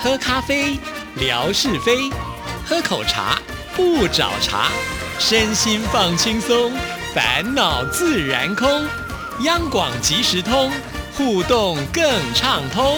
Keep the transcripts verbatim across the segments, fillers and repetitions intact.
喝咖啡，聊是非；喝口茶，不找茬。身心放轻松，烦恼自然空。央广即时通，互动更畅通。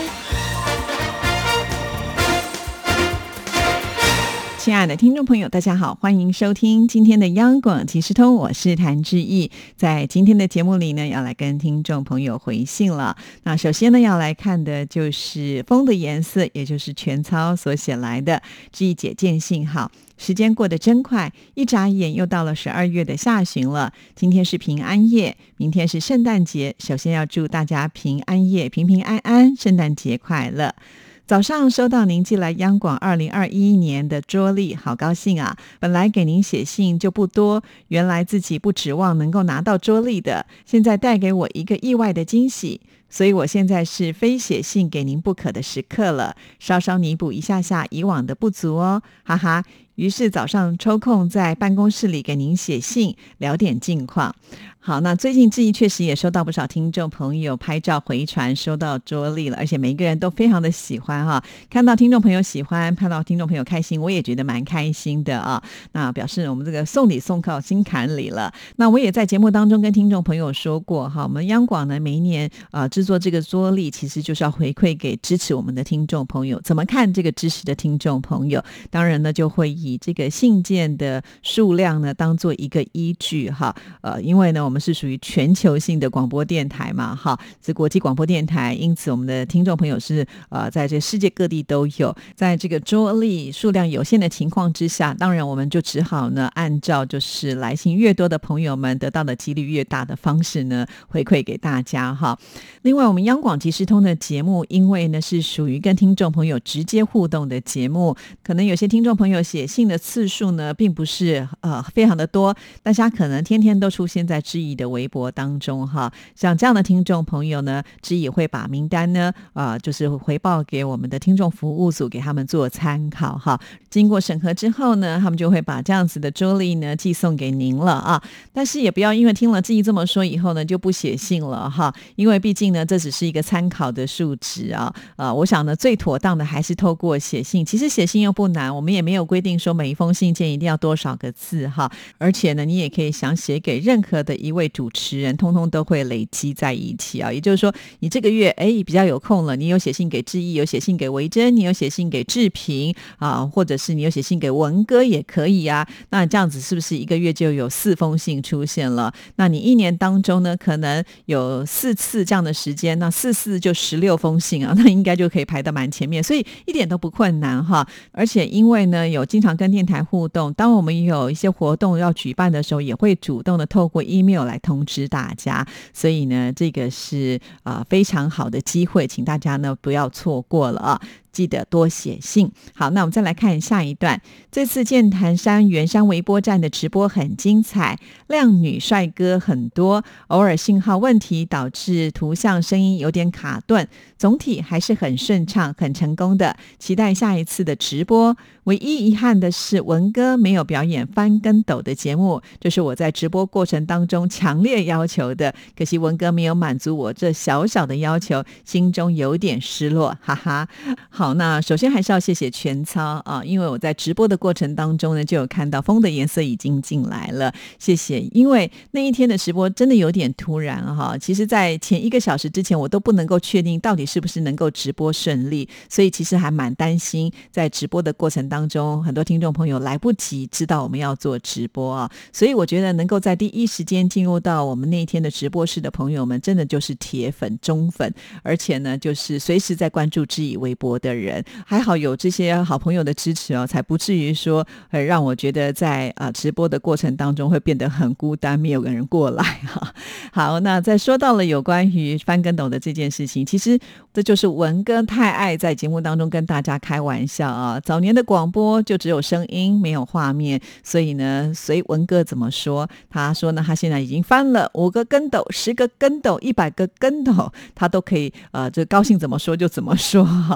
亲爱的听众朋友，大家好，欢迎收听今天的央广即时通，我是谭志毅。在今天的节目里呢，要来跟听众朋友回信了。那首先呢，要来看的就是风的颜色，也就是全操所写来的志毅姐见信好。时间过得真快，一眨眼又到了十二月的下旬了。今天是平安夜，明天是圣诞节。首先要祝大家平安夜平平安安，圣诞节快乐。早上收到您寄来央广二零二一年的桌历，好高兴啊！本来给您写信就不多，原来自己不指望能够拿到桌历的，现在带给我一个意外的惊喜，所以我现在是非写信给您不可的时刻了，稍稍弥补一下下以往的不足哦，哈哈。于是早上抽空在办公室里给您写信，聊点近况。好，那最近志毅确实也收到不少听众朋友拍照回传，收到桌历了，而且每一个人都非常的喜欢哈。看到听众朋友喜欢，看到听众朋友开心，我也觉得蛮开心的啊。那表示我们这个送礼送到心坎里了。那我也在节目当中跟听众朋友说过哈，我们央广呢每一年呃制作这个桌历，其实就是要回馈给支持我们的听众朋友。怎么看这个支持的听众朋友？当然呢就会以这个信件的数量呢当做一个依据哈。呃，因为呢我们是属于全球性的广播电台嘛，哈，是国际广播电台，因此我们的听众朋友是呃在这世界各地都有。在这个桌历数量有限的情况之下，当然我们就只好呢按照就是来信越多的朋友们得到的几率越大的方式呢回馈给大家哈。另外我们央广即时通的节目，因为呢是属于跟听众朋友直接互动的节目，可能有些听众朋友写信的次数呢并不是呃非常的多，大家可能天天都出现在志毅的微博当中哈。像这样的听众朋友呢，志毅会把名单呢呃就是回报给我们的听众服务组，给他们做参考哈。经过审核之后呢，他们就会把这样子的桌历呢寄送给您了啊。但是也不要因为听了志毅这么说以后呢就不写信了哈，因为毕竟呢这只是一个参考的数值啊。呃，我想呢最妥当的还是透过写信，其实写信又不难，我们也没有规定说每一封信件一定要多少个字哈，而且呢你也可以想写给任何的一位主持人，通通都会累积在一起啊。也就是说你这个月哎比较有空了，你有写信给志毅，有写信给维珍，你有写信给志平啊，或者是你有写信给文哥也可以啊。那这样子是不是一个月就有四封信出现了？那你一年当中呢可能有四次这样的时间，那四次就十六封信啊，那应该就可以排得蛮前面，所以一点都不困难哈。而且因为呢有经常跟电台互动，当我们有一些活动要举办的时候，也会主动的透过 email 来通知大家，所以呢这个是呃非常好的机会，请大家呢不要错过了啊，记得多写信。好，那我们再来看下一段。这次剑潭山圆山微波站的直播很精彩，靓女帅哥很多，偶尔信号问题导致图像声音有点卡顿，总体还是很顺畅，很成功的，期待下一次的直播。唯一遗憾的是文哥没有表演翻跟斗的节目，这是我在直播过程当中强烈要求的，可惜文哥没有满足我这小小的要求，心中有点失落，哈哈。好，那首先还是要谢谢全操啊，因为我在直播的过程当中呢就有看到风的颜色已经进来了，谢谢。因为那一天的直播真的有点突然哈，其实在前一个小时之前我都不能够确定到底是不是能够直播顺利，所以其实还蛮担心在直播的过程当中很多听众朋友来不及知道我们要做直播啊，所以我觉得能够在第一时间进入到我们那一天的直播室的朋友们真的就是铁粉忠粉，而且呢就是随时在关注志毅微博的人，还好有这些好朋友的支持哦，才不至于说呃让我觉得在啊、呃、直播的过程当中会变得很孤单，没有个人过来哈。好，那再说到了有关于翻跟斗的这件事情，其实这就是文哥太爱在节目当中跟大家开玩笑啊。早年的广播就只有声音没有画面，所以呢随文哥怎么说，他说呢他现在已经翻了五个跟斗、十个跟斗、一百个跟斗，他都可以呃就高兴怎么说就怎么说哈。毕竟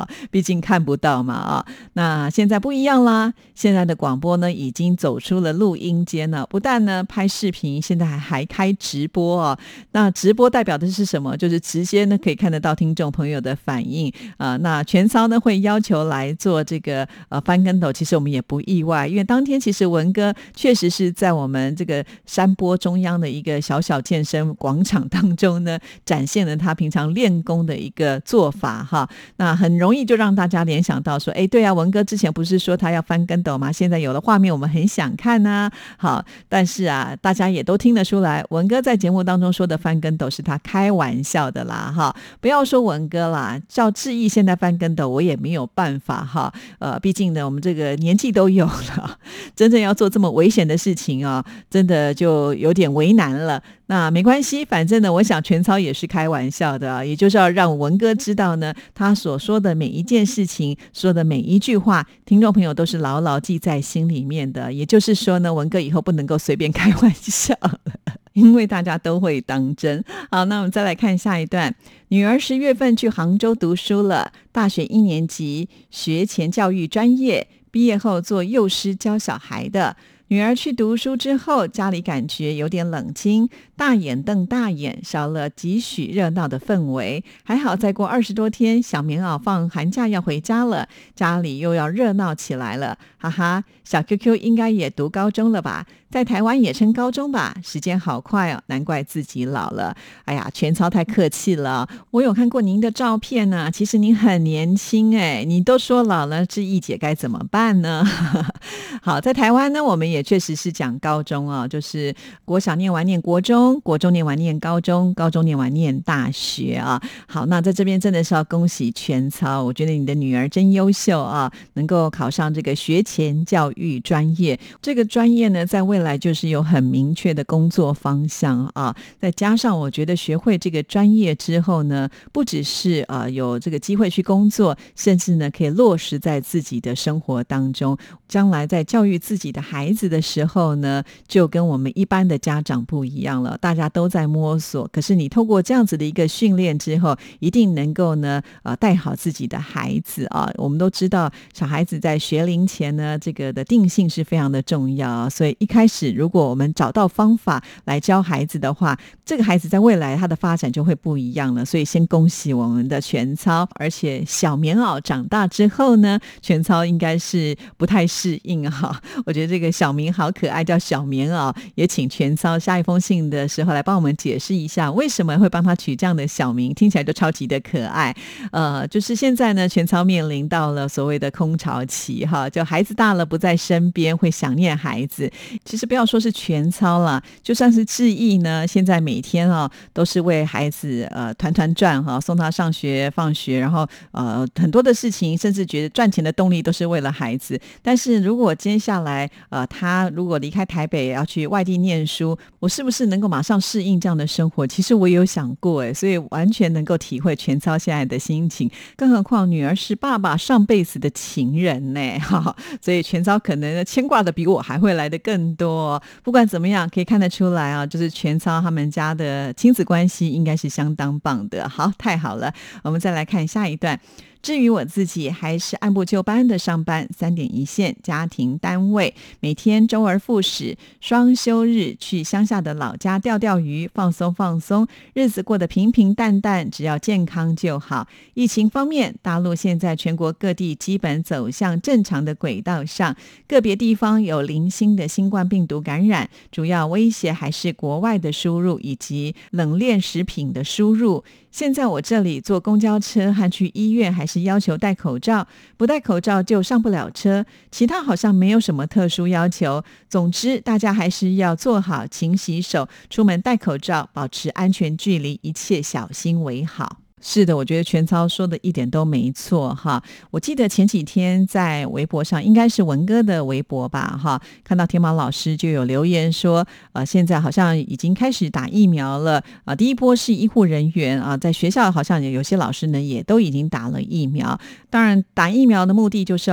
竟看不到嘛啊。那现在不一样啦，现在的广播呢已经走出了录音间了，不但呢拍视频，现在还还开直播哦。那直播代表的是什么？就是直接呢可以看得到听众朋友的反应啊、呃。那全操呢会要求来做这个呃翻跟斗，其实我们也不意外，因为当天其实文哥确实是在我们这个山坡中央的一个小小健身广场当中呢，展现了他平常练功的一个做法哈。那很容易就让大家联想到说，哎，对啊，文哥之前不是说他要翻跟斗吗？现在有了画面，我们很想看啊。好，但是啊，大家也都听得出来，文哥在节目当中说的翻跟斗是他开玩笑的啦哈。不要说文哥啦，照志毅现在翻跟斗，我也没有办法哈。呃，毕竟呢，我们这个年纪都有了，真正要做这么危险的事情啊，真的就有点为难了。那没关系，反正呢，我想全操也是开玩笑的啊，也就是要让文哥知道呢，他所说的每一件事情，说的每一句话，听众朋友都是牢牢记在心里面的。也就是说呢，文哥以后不能够随便开玩笑了，因为大家都会当真。好，那我们再来看下一段。女儿十月份去杭州读书了，大学一年级，学前教育专业，毕业后做幼师教小孩的。女儿去读书之后，家里感觉有点冷清，大眼瞪大眼，少了几许热闹的氛围。还好再过二十多天，小棉袄放寒假要回家了，家里又要热闹起来了。哈哈，小 Q Q 应该也读高中了吧，在台湾也称高中吧，时间好快哦，难怪自己老了。哎呀，全操太客气了，我有看过您的照片呢、啊，其实您很年轻哎，你都说老了，志毅姐该怎么办呢？好，在台湾呢，我们也确实是讲高中啊，就是国小念完念国中，国中念完念高中，高中念完念大学啊。好，那在这边真的是要恭喜全操，我觉得你的女儿真优秀啊，能够考上这个学前教育专业。这个专业呢，在未来就是有很明确的工作方向啊。再加上我觉得学会这个专业之后呢，不只是呃有这个机会去工作，甚至呢可以落实在自己的生活当中。将来在教育自己的孩子的时候呢，就跟我们一般的家长不一样了，大家都在摸索，可是你透过这样子的一个训练之后，一定能够呢呃带好自己的孩子啊。我们都知道小孩子在学龄前呢，这个的定性是非常的重要啊，所以一开始如果我们找到方法来教孩子的话，这个孩子在未来他的发展就会不一样了。所以先恭喜我们的全操，而且小棉袄长大之后呢，全操应该是不太适应哈。我觉得这个小名好可爱，叫小棉袄，也请全操下一封信的时候来帮我们解释一下为什么会帮他取这样的小名，听起来就超级的可爱。呃，就是现在呢，全操面临到了所谓的空巢期哈，就孩子大了不在身边，会想念孩子。其实不要说是全操啦，就算是志毅呢，现在每天啊、哦、都是为孩子呃团团转哈，送他上学放学，然后呃很多的事情，甚至觉得赚钱的动力都是为了孩子。但是如果接下来呃他如果离开台北要去外地念书，我是不是能够马上适应这样的生活？其实我也有想过哎，所以完全能够体会全操现在的心情。更何况女儿是爸爸上辈子的情人呢，哈，所以全操可能牵挂的比我还会来的更多。不管怎么样，可以看得出来啊，就是全操他们家的亲子关系应该是相当棒的。好，太好了，我们再来看下一段。至于我自己，还是按部就班的上班，三点一线，家庭单位，每天周而复始，双休日去乡下的老家钓钓鱼，放松放松，日子过得平平淡淡，只要健康就好。疫情方面，大陆现在全国各地基本走向正常的轨道上，个别地方有零星的新冠病毒感染，主要威胁还是国外的输入以及冷链食品的输入。现在我这里坐公交车和去医院还是要求戴口罩，不戴口罩就上不了车，其他好像没有什么特殊要求。总之大家还是要做好勤洗手，出门戴口罩，保持安全距离，一切小心为好。是的，我觉得全操说的一点都没错哈。我记得前几天在微博上，应该是文哥的微博吧哈，看到天马老师就有留言说，呃，现在好像已经开始打疫苗了啊、呃。第一波是医护人员啊、呃，在学校好像有些老师呢也都已经打了疫苗。当然，打疫苗的目的就是要来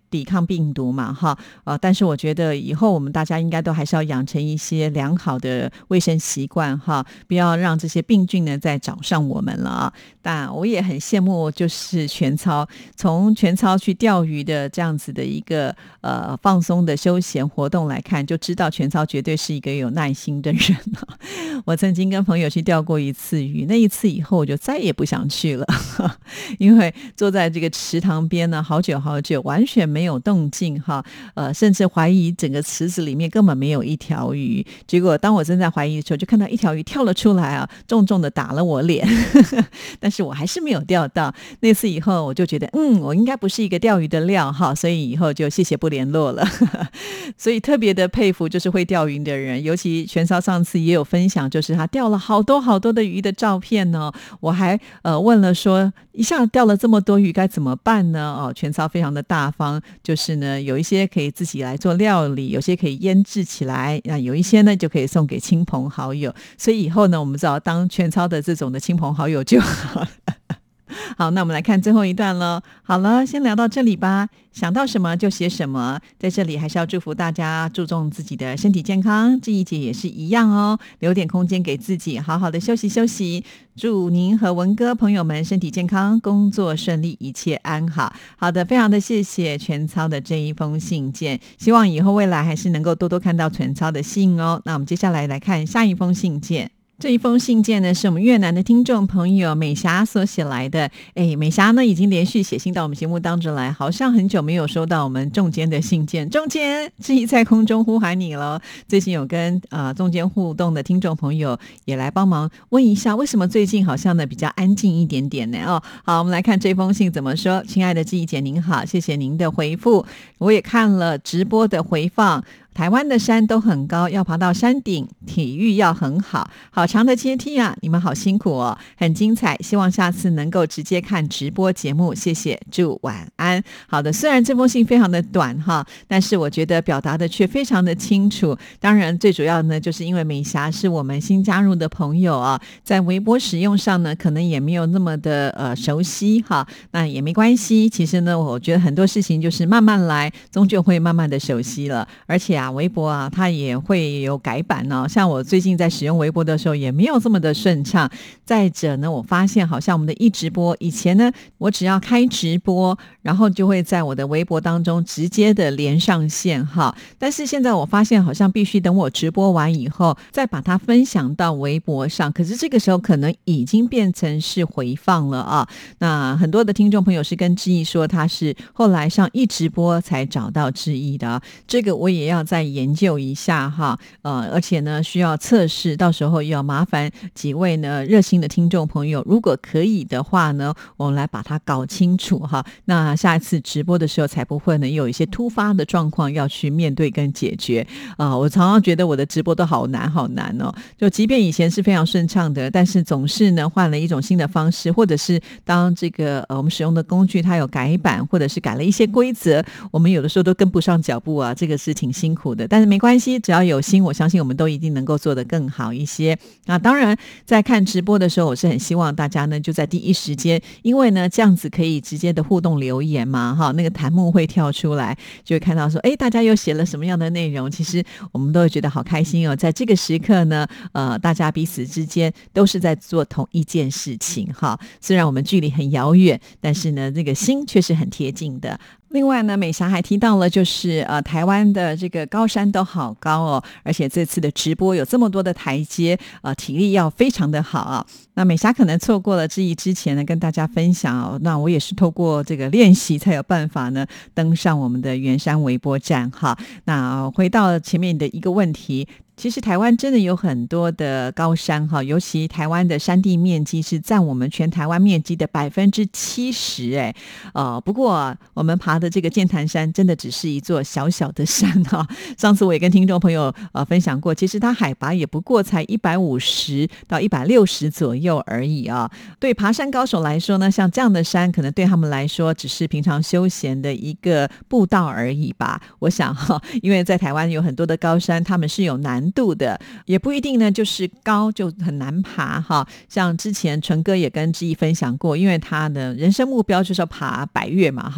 抵抗病毒嘛哈，呃，但是我觉得以后我们大家应该都还是要养成一些良好的卫生习惯哈，不要让这些病菌呢再找上我们了啊。但我也很羡慕，就是全操从全操去钓鱼的这样子的一个呃放松的休闲活动来看，就知道全操绝对是一个有耐心的人啊。我曾经跟朋友去钓过一次鱼，那一次以后我就再也不想去了，因为坐在这个池塘边呢，好久好久，完全没有动静哈，呃，甚至怀疑整个池子里面根本没有一条鱼。结果当我正在怀疑的时候，就看到一条鱼跳了出来啊，重重的打了我脸，但是我还是没有钓到。那次以后，我就觉得，嗯，我应该不是一个钓鱼的料哈，所以以后就谢谢不联络了。所以特别的佩服就是会钓鱼的人，尤其全操上次也有分享，就是他钓了好多好多的鱼的照片呢。我还呃问了说，一下钓了这么多鱼该怎么办呢？哦，全操非常的大方，就是呢有一些可以自己来做料理，有些可以腌制起来，那有一些呢就可以送给亲朋好友。所以以后呢，我们只要当全操的这种的亲朋好友就好了。好，那我们来看最后一段了。好了，先聊到这里吧。想到什么就写什么，在这里还是要祝福大家注重自己的身体健康，这一节也是一样哦，留点空间给自己，好好的休息休息。祝您和文哥朋友们身体健康，工作顺利，一切安好。好的，非常的谢谢全操的这一封信件，希望以后未来还是能够多多看到全操的信哦。那我们接下来来看下一封信件。这一封信件呢，是我们越南的听众朋友美霞所写来的。哎，美霞呢已经连续写信到我们节目当中来，好像很久没有收到我们仲坚的信件。仲坚，志毅在空中呼喊你了。最近有跟呃仲坚互动的听众朋友也来帮忙问一下，为什么最近好像呢比较安静一点点呢？哦，好，我们来看这封信怎么说。亲爱的志毅姐您好，谢谢您的回复，我也看了直播的回放。台湾的山都很高，要爬到山顶，体育要很好，好长的阶梯啊，你们好辛苦哦，很精彩，希望下次能够直接看直播节目，谢谢，祝晚安。好的，虽然这封信非常的短哈，但是我觉得表达的却非常的清楚。当然最主要呢，就是因为美霞是我们新加入的朋友啊，在微博使用上呢，可能也没有那么的呃熟悉哈，那也没关系，其实呢，我觉得很多事情就是慢慢来，终究会慢慢的熟悉了，而且啊微博啊它也会有改版哦，像我最近在使用微博的时候也没有这么的顺畅。再者呢，我发现好像我们的一直播以前呢，我只要开直播，然后就会在我的微博当中直接的连上线哈，但是现在我发现好像必须等我直播完以后再把它分享到微博上，可是这个时候可能已经变成是回放了啊。那很多的听众朋友是跟志毅说他是后来上一直播才找到志毅的，这个我也要再研究一下哈，呃，而且呢需要测试，到时候要麻烦几位呢热心的听众朋友，如果可以的话呢，我们来把它搞清楚哈，那下一次直播的时候才不会呢有一些突发的状况要去面对跟解决啊、呃。我常常觉得我的直播都好难好难哦，就即便以前是非常顺畅的，但是总是呢换了一种新的方式，或者是当这个呃我们使用的工具它有改版，或者是改了一些规则，我们有的时候都跟不上脚步啊，这个是挺辛苦的，但是没关系，只要有心，我相信我们都一定能够做得更好一些。那当然在看直播的时候，我是很希望大家呢就在第一时间，因为呢这样子可以直接的互动留言嘛哈，那个弹幕会跳出来，就会看到说哎大家又写了什么样的内容，其实我们都会觉得好开心哦，在这个时刻呢呃大家彼此之间都是在做同一件事情哈，虽然我们距离很遥远，但是呢这个心却是很贴近的。另外呢，美霞还提到了就是呃台湾的这个高山都好高哦，而且这次的直播有这么多的台阶，呃体力要非常的好啊。那美霞可能错过了志毅之前呢跟大家分享哦，那我也是透过这个练习才有办法呢登上我们的圆山微波站哈。那回到前面的一个问题，其实台湾真的有很多的高山哈，尤其台湾的山地面积是占我们全台湾面积的百分之七十哎，呃，不过、啊、我们爬的这个剑潭山真的只是一座小小的山哈。上次我也跟听众朋友呃分享过，其实它海拔也不过才一百五十到一百六十左右而已啊。对爬山高手来说呢，像这样的山可能对他们来说只是平常休闲的一个步道而已吧。我想哈，因为在台湾有很多的高山，他们是有难度的，也不一定呢就是高就很难爬哈。像之前纯哥也跟志毅分享过，因为他的人生目标就是要爬百岳嘛哈，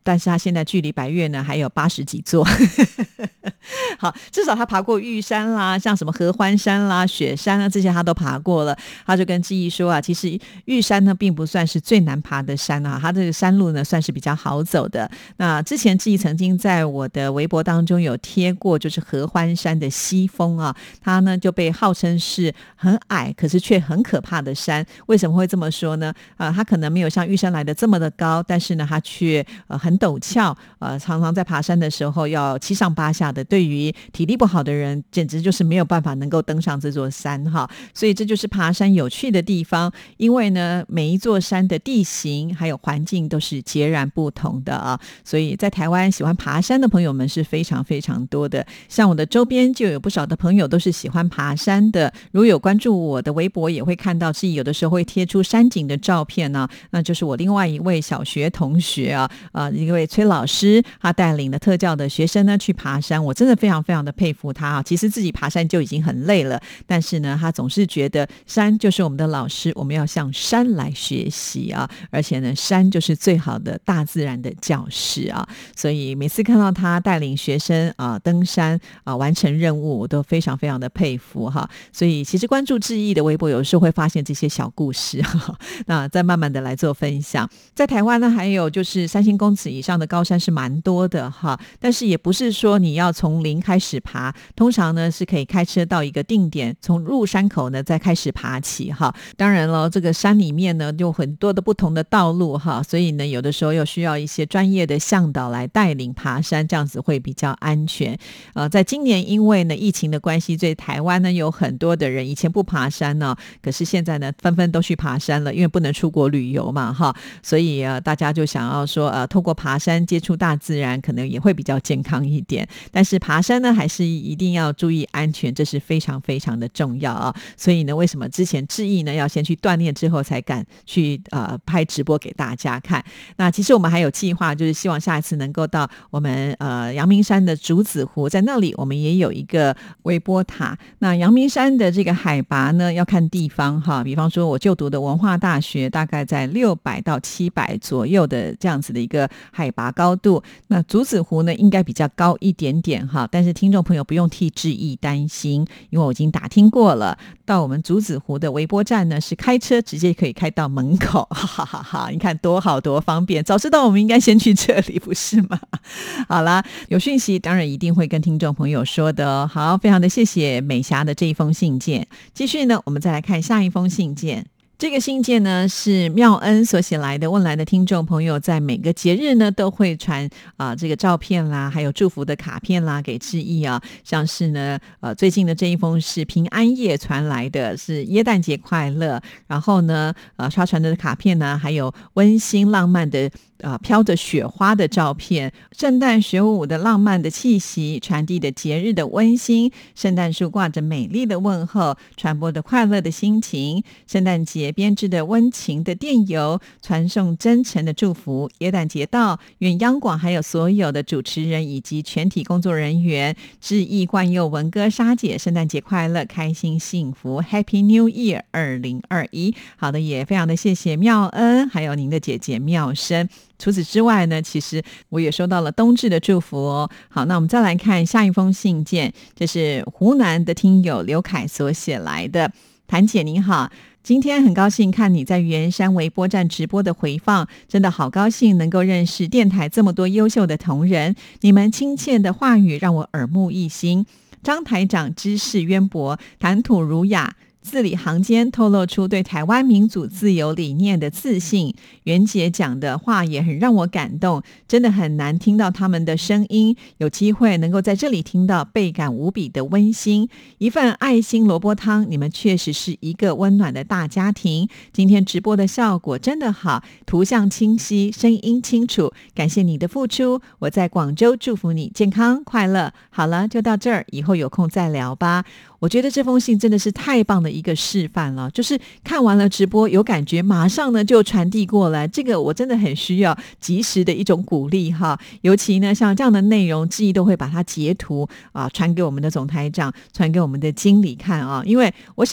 但是他现在距离百岳呢还有八十几座好，至少他爬过玉山啦，像什么合欢山啦、雪山啊，这些他都爬过了。他就跟志毅说啊，其实玉山呢并不算是最难爬的山啊，他这个山路呢算是比较好走的。那之前志毅曾经在我的微博当中有贴过，就是合欢山的西峰啊，它呢就被号称是很矮可是却很可怕的山。为什么会这么说呢？呃，它可能没有像玉山来的这么的高，但是呢它却呃很陡峭，呃常常在爬山的时候要七上八下的，对于体力不好的人简直就是没有办法能够登上这座山哈。所以这就是爬山有趣的地方，因为呢每一座山的地形还有环境都是截然不同的啊，所以在台湾喜欢爬山的朋友们是非常非常多的。像我的周边就有不少的朋友都是喜欢爬山的，如果有关注我的微博也会看到自己有的时候会贴出山景的照片呢、啊，那就是我另外一位小学同学啊，呃，一位崔老师，他带领的特教的学生呢去爬山，我真的非常非常的佩服他啊。其实自己爬山就已经很累了，但是呢他总是觉得山就是我们的老师，我们要向山来学习啊，而且呢山就是最好的大自然的教室啊，所以每次看到他带领学生啊登山啊完成任务，我都非常非常的佩服哈。所以其实关注志毅的微博，有时候会发现这些小故事哈，那再慢慢的来做分享。在台湾呢，还有就是三千公尺以上的高山是蛮多的哈，但是也不是说你要从零开始爬，通常呢是可以开车到一个定点，从入山口呢再开始爬起哈。当然了，这个山里面呢有很多的不同的道路哈，所以呢有的时候又需要一些专业的向导来带领爬山，这样子会比较安全。呃，在今年因为呢疫情的关系，所以台湾呢有很多的人以前不爬山呢、哦，可是现在呢纷纷都去爬山了，因为不能出国旅游嘛哈，所以呃大家就想要说呃透过爬山接触大自然，可能也会比较健康一点。但是爬山呢还是一定要注意安全，这是非常非常的重要啊。所以呢为什么之前志毅呢要先去锻炼之后才敢去呃拍直播给大家看。那其实我们还有计划，就是希望下一次能够到我们呃阳明山的竹子湖，在那里我们也有一个微波塔。那阳明山的这个海拔呢要看地方哈，比方说我就读的文化大学大概在六百到七百左右的这样子的一个海拔高度，那竹子湖呢应该比较高一点点哈，但是听众朋友不用替志毅担心，因为我已经打听过了，到我们竹子湖的微波站呢是开车直接可以开到门口，哈哈哈！你看多好多方便，早知道我们应该先去这里不是吗？好啦，有讯息当然一定会跟听众朋友说的哦。好，非常的谢谢美霞的这一封信件。继续呢，我们再来看下一封信件。这个信件呢是妙恩所写来的，问来的听众朋友在每个节日呢都会传啊、呃、这个照片啦，还有祝福的卡片啦给志毅啊，像是呢呃最近的这一封是平安夜传来的，是耶诞节快乐，然后呢呃刷传的卡片呢还有温馨浪漫的呃飘着雪花的照片，圣诞雪舞的浪漫的气息，传递的节日的温馨，圣诞树挂着美丽的问候，传播的快乐的心情，圣诞节编织的温情的电邮，传送真诚的祝福。耶诞节到，愿央广还有所有的主持人以及全体工作人员致意冠佑文哥莎姐圣诞节快乐，开心幸福 Happy New Year 二零二一。好的，也非常的谢谢妙恩还有您的姐姐妙生。除此之外呢，其实我也收到了冬至的祝福哦。好，那我们再来看下一封信件，这是湖南的听友刘凯所写来的。谭姐您好，今天很高兴看你在圆山微波站直播的回放，真的好高兴能够认识电台这么多优秀的同仁，你们亲切的话语让我耳目一新。张台长知识渊博，谈吐儒雅，字里行间透露出对台湾民主自由理念的自信。袁姐讲的话也很让我感动，真的很难听到他们的声音，有机会能够在这里听到，倍感无比的温馨。一份爱心萝卜汤，你们确实是一个温暖的大家庭。今天直播的效果真的好，图像清晰，声音清楚，感谢你的付出。我在广州祝福你健康快乐。好了，就到这儿，以后有空再聊吧。我觉得这封信真的是太棒的一个示范了，就是看完了直播有感觉，马上呢就传递过来，这个我真的很需要及时的一种鼓励哈。尤其呢像这样的内容，志毅都会把它截图啊传给我们的总台长，传给我们的经理看啊，因为我想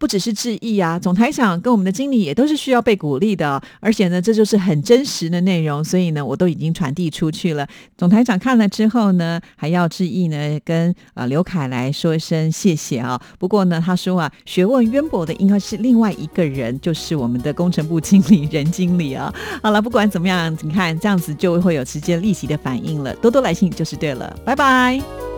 不只是致意啊，总台长跟我们的经理也都是需要被鼓励的、哦、而且呢这就是很真实的内容，所以呢我都已经传递出去了。总台长看了之后呢还要致意呢跟呃刘凯来说一声谢谢啊。不过呢他说啊学问渊博的应该是另外一个人，就是我们的工程部经理任经理啊。好了，不管怎么样，你看这样子就会有直接立即的反应了，多多来信就是对了。拜拜。